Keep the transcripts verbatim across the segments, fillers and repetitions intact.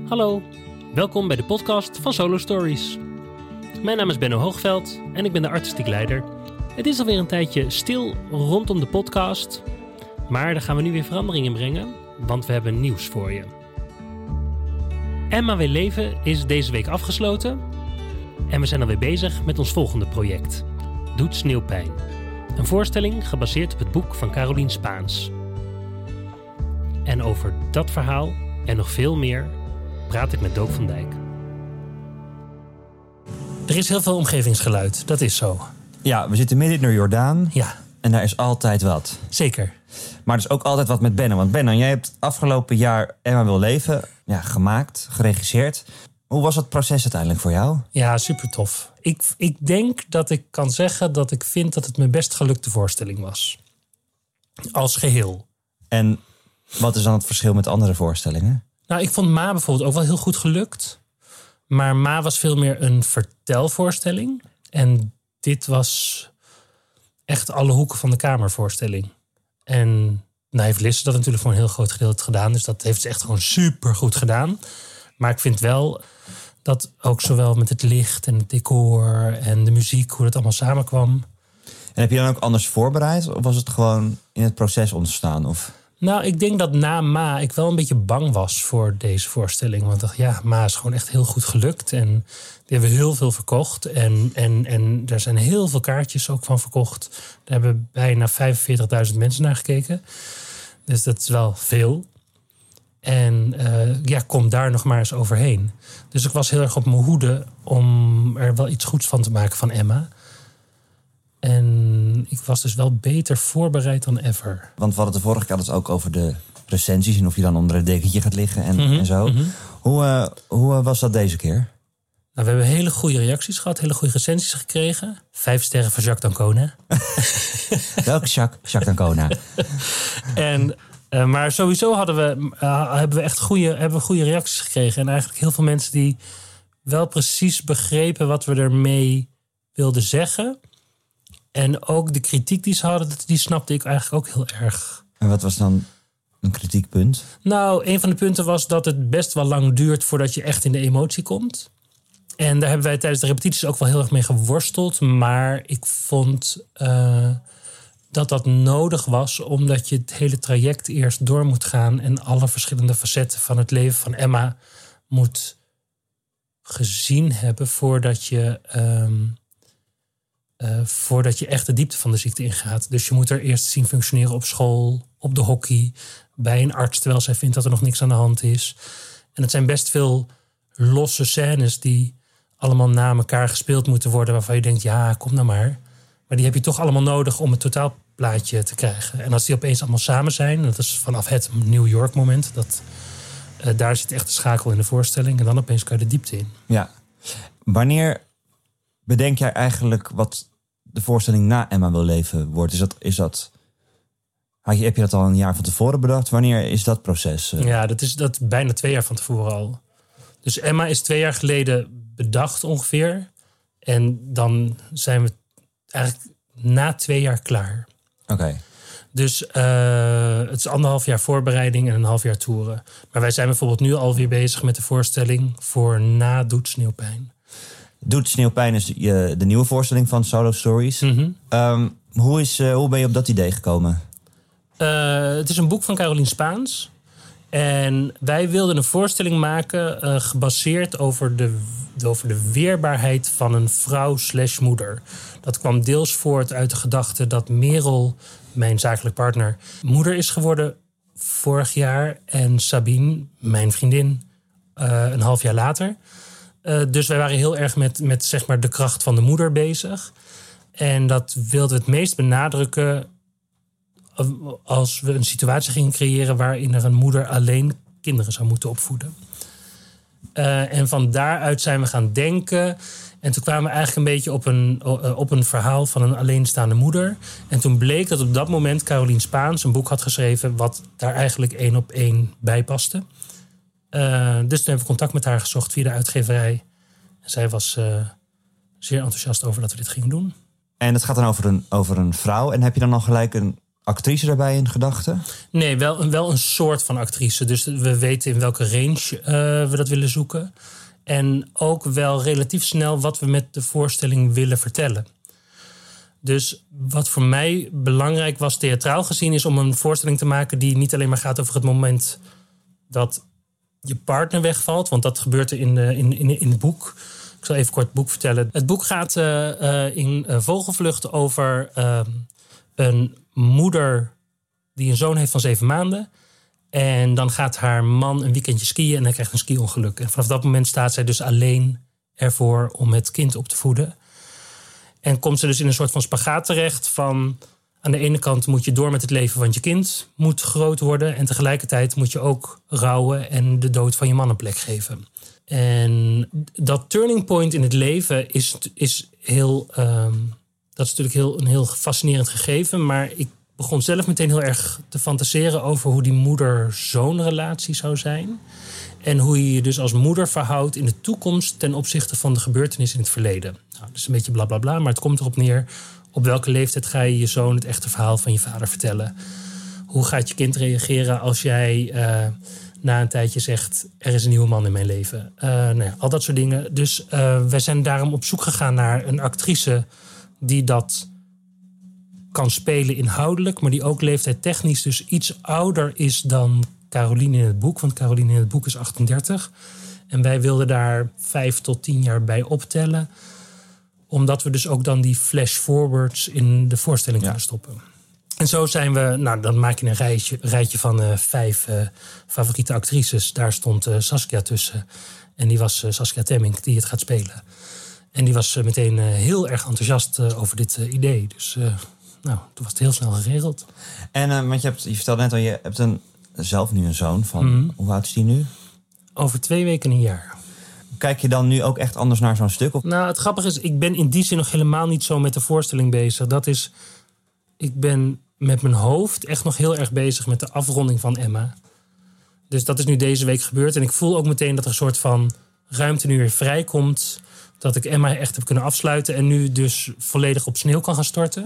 Hallo, welkom bij de podcast van Solo Stories. Mijn naam is Benno Hoogveld en ik ben de artistiek leider. Het is alweer een tijdje stil rondom de podcast, maar daar gaan we nu weer verandering in brengen, want we hebben nieuws voor je. Emma wil leven is deze week afgesloten en we zijn alweer bezig met ons volgende project, Doet Sneeuwpijn. Een voorstelling gebaseerd op het boek van Carolien Spaens. En over dat verhaal en nog veel meer praat ik met Doop van Dijk. Er is heel veel omgevingsgeluid, dat is zo. Ja, we zitten midden in de Jordaan. Ja. En daar is altijd wat. Zeker. Maar er is ook altijd wat met Benno. Want Benno, jij hebt afgelopen jaar Emma wil leven ja, gemaakt, geregisseerd. Hoe was het proces uiteindelijk voor jou? Ja, super tof. Ik, ik denk dat ik kan zeggen dat ik vind dat het mijn best gelukte voorstelling was. Als geheel. En wat is dan het verschil met andere voorstellingen? Nou, ik vond Ma bijvoorbeeld ook wel heel goed gelukt. Maar Ma was veel meer een vertelvoorstelling. En dit was echt alle hoeken van de kamer voorstelling. En nou heeft Lisse dat natuurlijk voor een heel groot gedeelte gedaan. Dus dat heeft ze echt gewoon super goed gedaan. Maar ik vind wel dat ook zowel met het licht en het decor en de muziek, hoe dat allemaal samenkwam. En heb je dan ook anders voorbereid? Of was het gewoon in het proces ontstaan? Of? Nou, ik denk dat na Ma ik wel een beetje bang was voor deze voorstelling. Want ik dacht, ja, Ma is gewoon echt heel goed gelukt. En die hebben heel veel verkocht. En, en, en er zijn heel veel kaartjes ook van verkocht. Daar hebben bijna vijfenveertigduizend mensen naar gekeken. Dus dat is wel veel. En uh, ja, kom daar nog maar eens overheen. Dus ik was heel erg op mijn hoede om er wel iets goeds van te maken van Emma. En ik was dus wel beter voorbereid dan ever. Want we hadden de vorige keer dus ook over de recensies en of je dan onder het dekentje gaat liggen en, mm-hmm, en zo. Mm-hmm. Hoe, uh, hoe uh, was dat deze keer? Nou, we hebben hele goede reacties gehad, hele goede recensies gekregen. Vijf sterren van Jacques d'Ancona. Welke Jacques? Jacques d'Ancona. en, uh, maar sowieso hadden we, uh, hebben we echt goede, hebben we goede reacties gekregen. En eigenlijk heel veel mensen die wel precies begrepen wat we ermee wilden zeggen. En ook de kritiek die ze hadden, die snapte ik eigenlijk ook heel erg. En wat was dan een kritiekpunt? Nou, een van de punten was dat het best wel lang duurt voordat je echt in de emotie komt. En daar hebben wij tijdens de repetities ook wel heel erg mee geworsteld. Maar ik vond uh, dat dat nodig was, omdat je het hele traject eerst door moet gaan en alle verschillende facetten van het leven van Emma moet gezien hebben voordat je Um, Uh, voordat je echt de diepte van de ziekte ingaat. Dus je moet er eerst zien functioneren op school, op de hockey, bij een arts, terwijl zij vindt dat er nog niks aan de hand is. En het zijn best veel losse scènes die allemaal na elkaar gespeeld moeten worden, waarvan je denkt, ja, kom nou maar. Maar die heb je toch allemaal nodig om het totaalplaatje te krijgen. En als die opeens allemaal samen zijn, dat is vanaf het New York moment, dat, uh, daar zit echt de schakel in de voorstelling. En dan opeens kan je de diepte in. Ja. Wanneer bedenk jij eigenlijk wat de voorstelling na Emma wil leven wordt? Is dat, is dat, heb je dat al een jaar van tevoren bedacht? Wanneer is dat proces? Ja, dat is dat bijna twee jaar van tevoren al. Dus Emma is twee jaar geleden bedacht ongeveer. En dan zijn we eigenlijk na twee jaar klaar. Oké. Okay. Dus uh, het is anderhalf jaar voorbereiding en een half jaar toeren. Maar wij zijn bijvoorbeeld nu alweer bezig met de voorstelling voor na Doet Sneeuwpijn. Doet Sneeuwpijn is de, de nieuwe voorstelling van Solo Stories. Mm-hmm. Um, hoe, is, uh, hoe ben je op dat idee gekomen? Uh, het is een boek van Carolien Spaens. En wij wilden een voorstelling maken uh, gebaseerd over de, over de weerbaarheid van een vrouw slash moeder. Dat kwam deels voort uit de gedachte dat Merel, mijn zakelijk partner, moeder is geworden vorig jaar. En Sabine, mijn vriendin, uh, een half jaar later. Uh, dus wij waren heel erg met, met zeg maar de kracht van de moeder bezig. En dat wilden we het meest benadrukken als we een situatie gingen creëren waarin er een moeder alleen kinderen zou moeten opvoeden. Uh, en van daaruit zijn we gaan denken. En toen kwamen we eigenlijk een beetje op een, op een verhaal van een alleenstaande moeder. En toen bleek dat op dat moment Carolien Spaens een boek had geschreven wat daar eigenlijk één op één bij paste. Uh, dus toen hebben we contact met haar gezocht via de uitgeverij. En zij was uh, zeer enthousiast over dat we dit gingen doen. En het gaat dan over een, over een vrouw. En heb je dan al gelijk een actrice daarbij in gedachten? Nee, wel, wel een soort van actrice. Dus we weten in welke range uh, we dat willen zoeken. En ook wel relatief snel wat we met de voorstelling willen vertellen. Dus wat voor mij belangrijk was, theatraal gezien, is om een voorstelling te maken die niet alleen maar gaat over het moment dat je partner wegvalt. Want dat gebeurt er in, de, in, in, in het boek. Ik zal even kort het boek vertellen. Het boek gaat uh, uh, in uh, Vogelvlucht over uh, een moeder die een zoon heeft van zeven maanden. En dan gaat haar man een weekendje skiën en hij krijgt een ski-ongeluk. En vanaf dat moment staat zij dus alleen ervoor om het kind op te voeden. En komt ze dus in een soort van spagaat terecht van... aan de ene kant moet je door met het leven, want je kind moet groot worden. En tegelijkertijd moet je ook rouwen en de dood van je man een plek geven. En dat turning point in het leven is, is heel... Um, dat is natuurlijk heel, een heel fascinerend gegeven. Maar ik begon zelf meteen heel erg te fantaseren over hoe die moeder-zoon relatie zou zijn. En hoe je je dus als moeder verhoudt in de toekomst ten opzichte van de gebeurtenissen in het verleden. Nou, dat is een beetje blablabla, bla bla, maar het komt erop neer... op welke leeftijd ga je je zoon het echte verhaal van je vader vertellen? Hoe gaat je kind reageren als jij uh, na een tijdje zegt... er is een nieuwe man in mijn leven? Uh, nou ja, al dat soort dingen. Dus uh, wij zijn daarom op zoek gegaan naar een actrice... die dat kan spelen inhoudelijk... maar die ook leeftijdtechnisch dus iets ouder is dan Caroline in het boek. Want Caroline in het boek is achtendertig. En wij wilden daar vijf tot tien jaar bij optellen... omdat we dus ook dan die flash-forwards in de voorstelling ja. kunnen stoppen. En zo zijn we... Nou, dan maak je een rijtje, rijtje van uh, vijf uh, favoriete actrices. Daar stond uh, Saskia tussen. En die was uh, Saskia Temmink, die het gaat spelen. En die was uh, meteen uh, heel erg enthousiast uh, over dit uh, idee. Dus uh, nou, toen was het heel snel geregeld. En uh, want je, hebt, je vertelde net al, je hebt een, zelf nu een zoon van... Mm. Hoe oud is die nu? Over twee weken een jaar. Kijk je dan nu ook echt anders naar zo'n stuk? Of? Nou, het grappige is, ik ben in die zin nog helemaal niet zo met de voorstelling bezig. Dat is, ik ben met mijn hoofd echt nog heel erg bezig met de afronding van Emma. Dus dat is nu deze week gebeurd. En ik voel ook meteen dat er een soort van ruimte nu weer vrijkomt. Dat ik Emma echt heb kunnen afsluiten. En nu dus volledig op sneeuw kan gaan storten.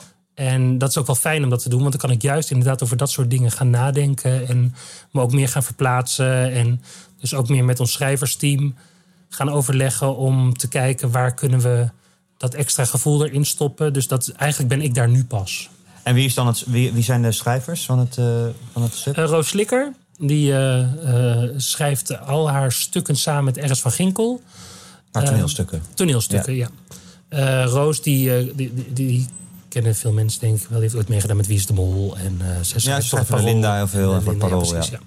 En dat is ook wel fijn om dat te doen. Want dan kan ik juist inderdaad over dat soort dingen gaan nadenken. En me ook meer gaan verplaatsen. En dus ook meer met ons schrijversteam gaan overleggen om te kijken waar kunnen we dat extra gevoel erin stoppen. Dus dat, eigenlijk ben ik daar nu pas. En wie, is dan het, wie, wie zijn de schrijvers van het, uh, van het stuk? Uh, Roos Slikker, die uh, uh, schrijft al haar stukken samen met Eris van Ginkel. Maar toneelstukken? Uh, toneelstukken, ja. ja. Uh, Roos, die, uh, die, die, die kennen veel mensen denk ik wel. Die heeft ooit meegedaan met Wie is de Mol. En, uh, ze ja, ze schrijft voor Linda heel veel. En voor Parool, ja. ja.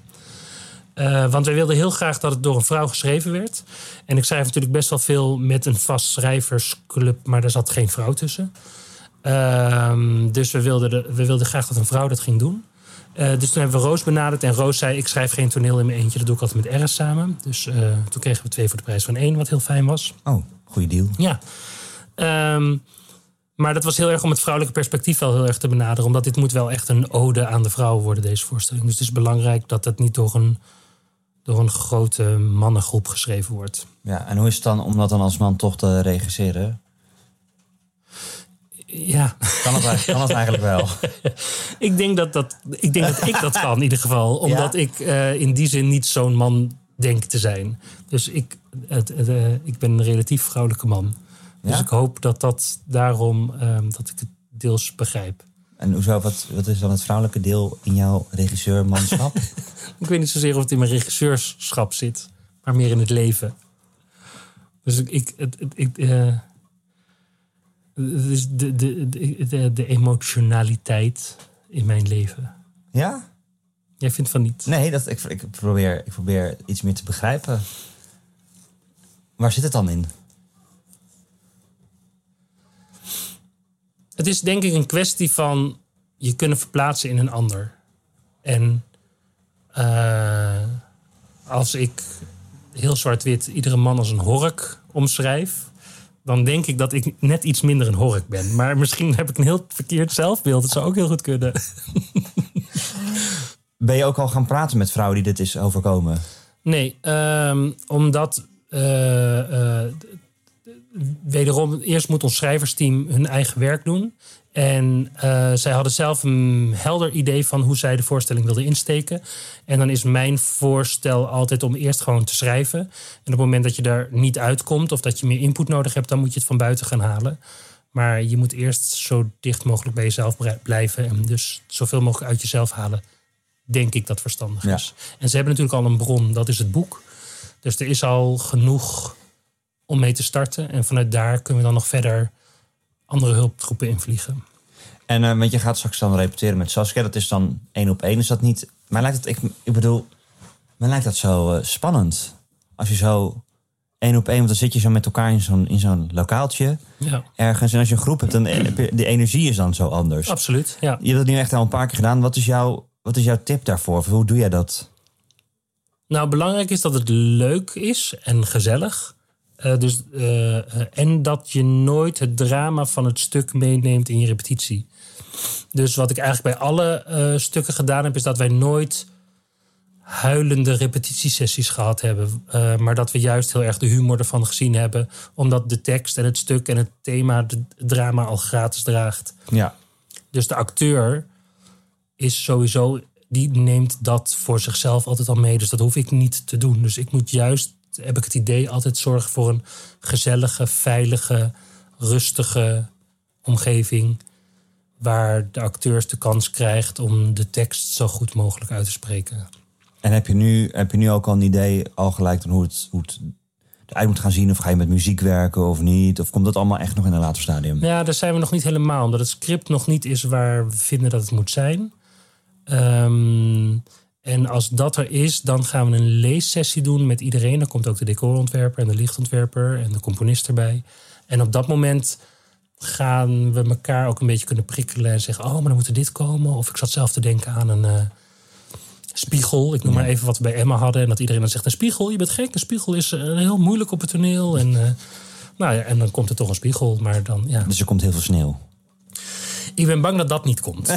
Uh, want wij wilden heel graag dat het door een vrouw geschreven werd. En ik schrijf natuurlijk best wel veel met een vast schrijversclub... maar daar zat geen vrouw tussen. Uh, dus we wilden, de, we wilden graag dat een vrouw dat ging doen. Uh, dus toen hebben we Roos benaderd. En Roos zei, ik schrijf geen toneel in mijn eentje. Dat doe ik altijd met Eris samen. Dus uh, toen kregen we twee voor de prijs van één, wat heel fijn was. Oh, goede deal. Ja. Um, maar dat was heel erg om het vrouwelijke perspectief wel heel erg te benaderen. Omdat dit moet wel echt een ode aan de vrouw worden, deze voorstelling. Dus het is belangrijk dat het niet door een... door een grote mannengroep geschreven wordt. Ja, en hoe is het dan om dat dan als man toch te regisseren? Ja. Kan het eigenlijk, kan het eigenlijk wel? ik, denk dat dat, ik denk dat ik dat kan in ieder geval. Omdat ja? ik uh, in die zin niet zo'n man denk te zijn. Dus ik, het, het, uh, ik ben een relatief vrouwelijke man. Dus ja? ik hoop dat dat daarom uh, dat ik het deels begrijp. En hoezo, wat, wat is dan het vrouwelijke deel in jouw regisseurmanschap? Ik weet niet zozeer of het in mijn regisseurschap zit, maar meer in het leven. Dus ik, ik, het, het, ik, uh, het is de, de, de, de, de emotionaliteit in mijn leven. Ja? Jij vindt van niet? Nee, dat, ik, ik, probeer, ik probeer iets meer te begrijpen. Waar zit het dan in? Het is denk ik een kwestie van je kunnen verplaatsen in een ander. En uh, als ik heel zwart-wit iedere man als een hork omschrijf, dan denk ik dat ik net iets minder een hork ben. Maar misschien heb ik een heel verkeerd zelfbeeld. Dat zou ook heel goed kunnen. Ben je ook al gaan praten met vrouwen die dit is overkomen? Nee, um, omdat uh, uh, wederom eerst moet ons schrijversteam hun eigen werk doen. En uh, zij hadden zelf een helder idee van hoe zij de voorstelling wilden insteken. En dan is mijn voorstel altijd om eerst gewoon te schrijven. En op het moment dat je daar niet uitkomt of dat je meer input nodig hebt, dan moet je het van buiten gaan halen. Maar je moet eerst zo dicht mogelijk bij jezelf blijven en dus zoveel mogelijk uit jezelf halen. Denk ik dat verstandig ja. is. En ze hebben natuurlijk al een bron, dat is het boek. Dus er is al genoeg om mee te starten. En vanuit daar kunnen we dan nog verder andere hulpgroepen invliegen. En uh, want je gaat straks dan repeteren met Saskia. Dat is dan één op één. Is dat niet... Maar lijkt het, ik, ik bedoel, maar lijkt dat zo uh, spannend? Als je zo één op één, want dan zit je zo met elkaar in zo'n, in zo'n lokaaltje. Ja. Ergens. En als je een groep hebt, dan de energie is dan zo anders. Absoluut, ja. Je hebt het nu echt al een paar keer gedaan. Wat is jouw, wat is jouw tip daarvoor? Of hoe doe jij dat? Nou, belangrijk is dat het leuk is en gezellig. Uh, dus, uh, uh, en dat je nooit het drama van het stuk meeneemt in je repetitie. Dus wat ik eigenlijk bij alle uh, stukken gedaan heb, is dat wij nooit huilende repetitiesessies gehad hebben. Uh, maar dat we juist heel erg de humor ervan gezien hebben. Omdat de tekst en het stuk en het thema het drama al gratis draagt. Ja. Dus de acteur is sowieso, die neemt dat voor zichzelf altijd al mee. Dus dat hoef ik niet te doen. Dus ik moet juist, heb ik het idee, altijd zorgen voor een gezellige, veilige, rustige omgeving. Waar de acteurs de kans krijgt om de tekst zo goed mogelijk uit te spreken. En heb je nu, heb je nu ook al een idee al gelijk dan hoe het, hoe het eruit moet gaan zien? Of ga je met muziek werken of niet? Of komt dat allemaal echt nog in een later stadium? Ja, daar zijn we nog niet helemaal. Omdat het script nog niet is waar we vinden dat het moet zijn. Um, en als dat er is, dan gaan we een leessessie doen met iedereen. Dan komt ook de decorontwerper en de lichtontwerper en de componist erbij. En op dat moment gaan we elkaar ook een beetje kunnen prikkelen en zeggen, oh, maar dan moet er dit komen. Of ik zat zelf te denken aan een uh, spiegel. Ik noem ja. maar even wat we bij Emma hadden. En dat iedereen dan zegt, een spiegel, je bent gek. Een spiegel is uh, heel moeilijk op het toneel. En, uh, nou ja, en dan komt er toch een spiegel. Maar dan, ja. Dus er komt heel veel sneeuw. Ik ben bang dat dat niet komt.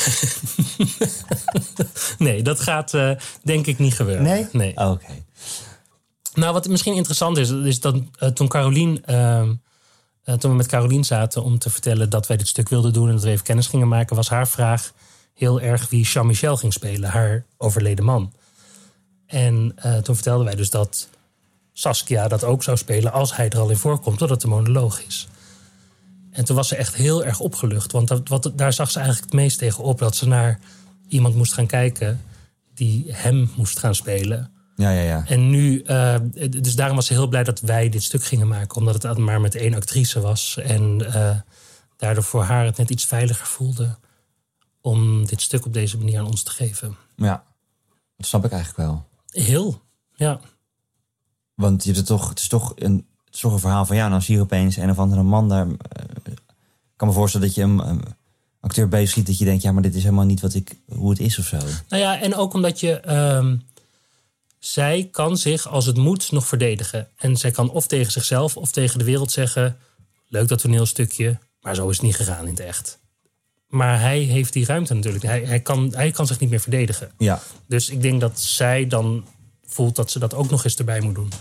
Nee, dat gaat uh, denk ik niet gebeuren. Nee? Nee. Oh, oké. Okay. Nou, wat misschien interessant is, is dat uh, toen Carolien... Uh, Uh, toen we met Carolien zaten om te vertellen dat wij dit stuk wilden doen en dat we even kennis gingen maken, was haar vraag heel erg wie Jean-Michel ging spelen, haar overleden man. En uh, toen vertelden wij dus dat Saskia dat ook zou spelen als hij er al in voorkomt, dat het een monoloog is. En toen was ze echt heel erg opgelucht, want dat, wat, daar zag ze eigenlijk het meest tegen op, dat ze naar iemand moest gaan kijken die hem moest gaan spelen. Ja, ja, ja. En nu, uh, dus daarom was ze heel blij dat wij dit stuk gingen maken. Omdat het maar met één actrice was. En uh, daardoor voor haar het net iets veiliger voelde om dit stuk op deze manier aan ons te geven. Ja, dat snap ik eigenlijk wel. Heel, ja. Want je hebt het, toch, het, is toch een, het is toch een verhaal van, ja, dan zie je opeens een of andere man daar. Uh, ik kan me voorstellen dat je een um, acteur bezig ziet dat je denkt, ja, maar dit is helemaal niet wat ik, hoe het is of zo. Nou ja, en ook omdat je... Uh, zij kan zich, als het moet, nog verdedigen. En zij kan of tegen zichzelf of tegen de wereld zeggen, leuk dat toneelstukje, maar zo is het niet gegaan in het echt. Maar hij heeft die ruimte natuurlijk. Hij, hij, kan, hij kan zich niet meer verdedigen. Ja. Dus ik denk dat zij dan voelt dat ze dat ook nog eens erbij moet doen.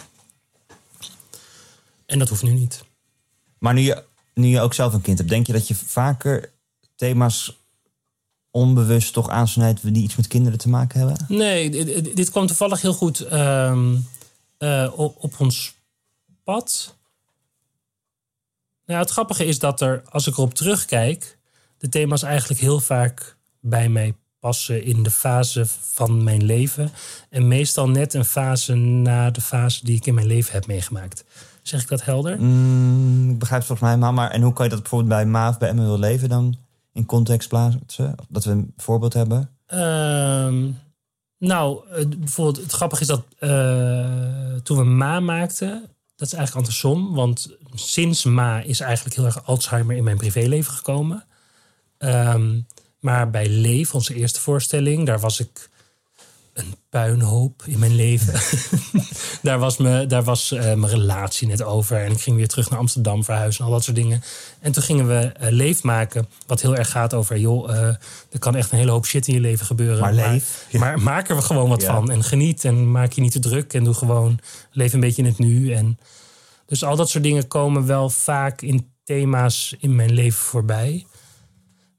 En dat hoeft nu niet. Maar nu je, nu je ook zelf een kind hebt, denk je dat je vaker thema's onbewust toch aansnijdt die iets met kinderen te maken hebben? Nee, dit, dit kwam toevallig heel goed uh, uh, op, op ons pad. Nou, het grappige is dat er, als ik erop terugkijk, de thema's eigenlijk heel vaak bij mij passen in de fase van mijn leven. En meestal net een fase na de fase die ik in mijn leven heb meegemaakt. Zeg ik dat helder? Mm, ik begrijp het volgens mij, maar, maar en hoe kan je dat bijvoorbeeld bij Ma of bij Emma wil leven dan in context plaatsen? Dat we een voorbeeld hebben? Uh, nou, bijvoorbeeld het grappige is dat uh, toen we Ma maakten, dat is eigenlijk andersom. Want sinds Ma is eigenlijk heel erg Alzheimer in mijn privéleven gekomen. Um, maar bij Leef, onze eerste voorstelling, daar was ik een puinhoop in mijn leven. daar was, me, daar was uh, mijn relatie net over. En ik ging weer terug naar Amsterdam verhuizen en al dat soort dingen. En toen gingen we uh, Leef maken. Wat heel erg gaat over, joh, uh, er kan echt een hele hoop shit in je leven gebeuren. Maar leef. Maar, maar maak er gewoon wat ja. van. En geniet en maak je niet te druk. En doe gewoon, leef een beetje in het nu. En dus al dat soort dingen komen wel vaak in thema's in mijn leven voorbij.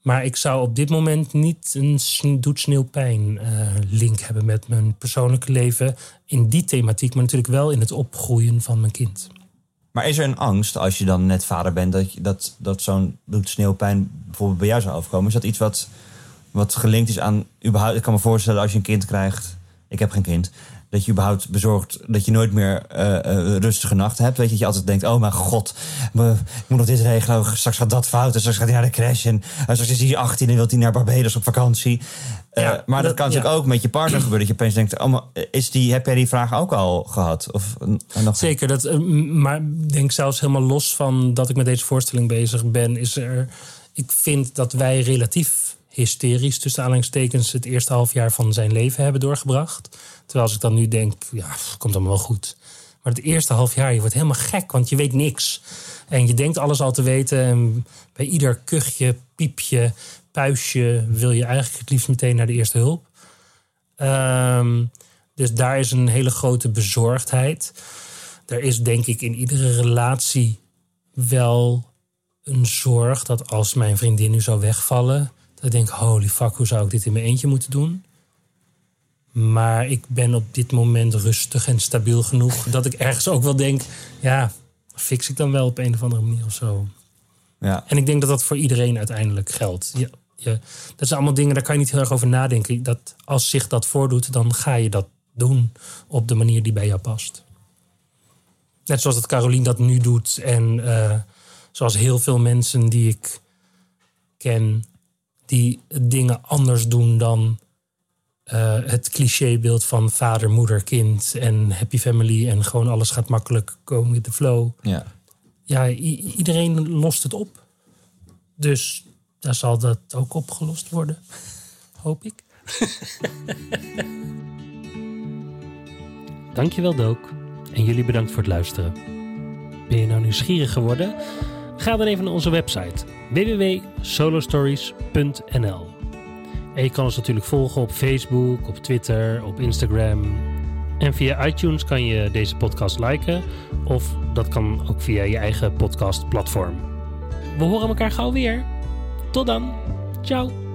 Maar ik zou op dit moment niet een sn- doet sneeuwpijn uh, link hebben met mijn persoonlijke leven. In die thematiek, maar natuurlijk wel in het opgroeien van mijn kind. Maar is er een angst als je dan net vader bent dat, je, dat, dat zo'n doet sneeuwpijn bijvoorbeeld bij jou zou overkomen? Is dat iets wat, wat gelinkt is aan überhaupt? Ik kan me voorstellen als je een kind krijgt, ik heb geen kind, dat je überhaupt bezorgt dat je nooit meer uh, uh, rustige nachten hebt. Weet je, dat je altijd denkt, oh mijn god, me, ik moet nog dit regelen. Straks gaat dat fout en straks gaat hij naar de crash. En uh, straks is hij achttien en wil hij naar Barbados op vakantie. Uh, ja, maar dat, dat kan natuurlijk ja. ook met je partner gebeuren. Dat je opeens denkt, oh, maar is die, heb jij die vraag ook al gehad? Of, uh, nog... Zeker, dat, uh, maar ik denk zelfs helemaal los van dat ik met deze voorstelling bezig ben. Is er, ik vind dat wij relatief hysterisch, tussen aanhalingstekens, het eerste half jaar van zijn leven hebben doorgebracht. Terwijl als ik dan nu denk, ja, komt allemaal wel goed. Maar het eerste half jaar, je wordt helemaal gek, want je weet niks. En je denkt alles al te weten. En bij ieder kuchje, piepje, puistje wil je eigenlijk het liefst meteen naar de eerste hulp. Um, dus daar is een hele grote bezorgdheid. Er is denk ik in iedere relatie wel een zorg dat als mijn vriendin nu zou wegvallen, dat ik denk, holy fuck, hoe zou ik dit in mijn eentje moeten doen? Maar ik ben op dit moment rustig en stabiel genoeg dat ik ergens ook wel denk, ja, fix ik dan wel op een of andere manier of zo. Ja. En ik denk dat dat voor iedereen uiteindelijk geldt. Je, je, dat zijn allemaal dingen, daar kan je niet heel erg over nadenken. Dat als zich dat voordoet, dan ga je dat doen op de manier die bij jou past. Net zoals dat Carolien dat nu doet. En uh, zoals heel veel mensen die ik ken, die dingen anders doen dan uh, het clichébeeld van vader, moeder, kind en happy family en gewoon alles gaat makkelijk, go with the flow. Ja, ja i- iedereen lost het op. Dus daar zal dat ook opgelost worden. Hoop ik. Dankjewel, Dook. En jullie bedankt voor het luisteren. Ben je nou nieuwsgierig geworden? Ga dan even naar onze website w w w punt solostories punt n l. En je kan ons natuurlijk volgen op Facebook, op Twitter, op Instagram. En via iTunes kan je deze podcast liken. Of dat kan ook via je eigen podcastplatform. We horen elkaar gauw weer. Tot dan. Ciao.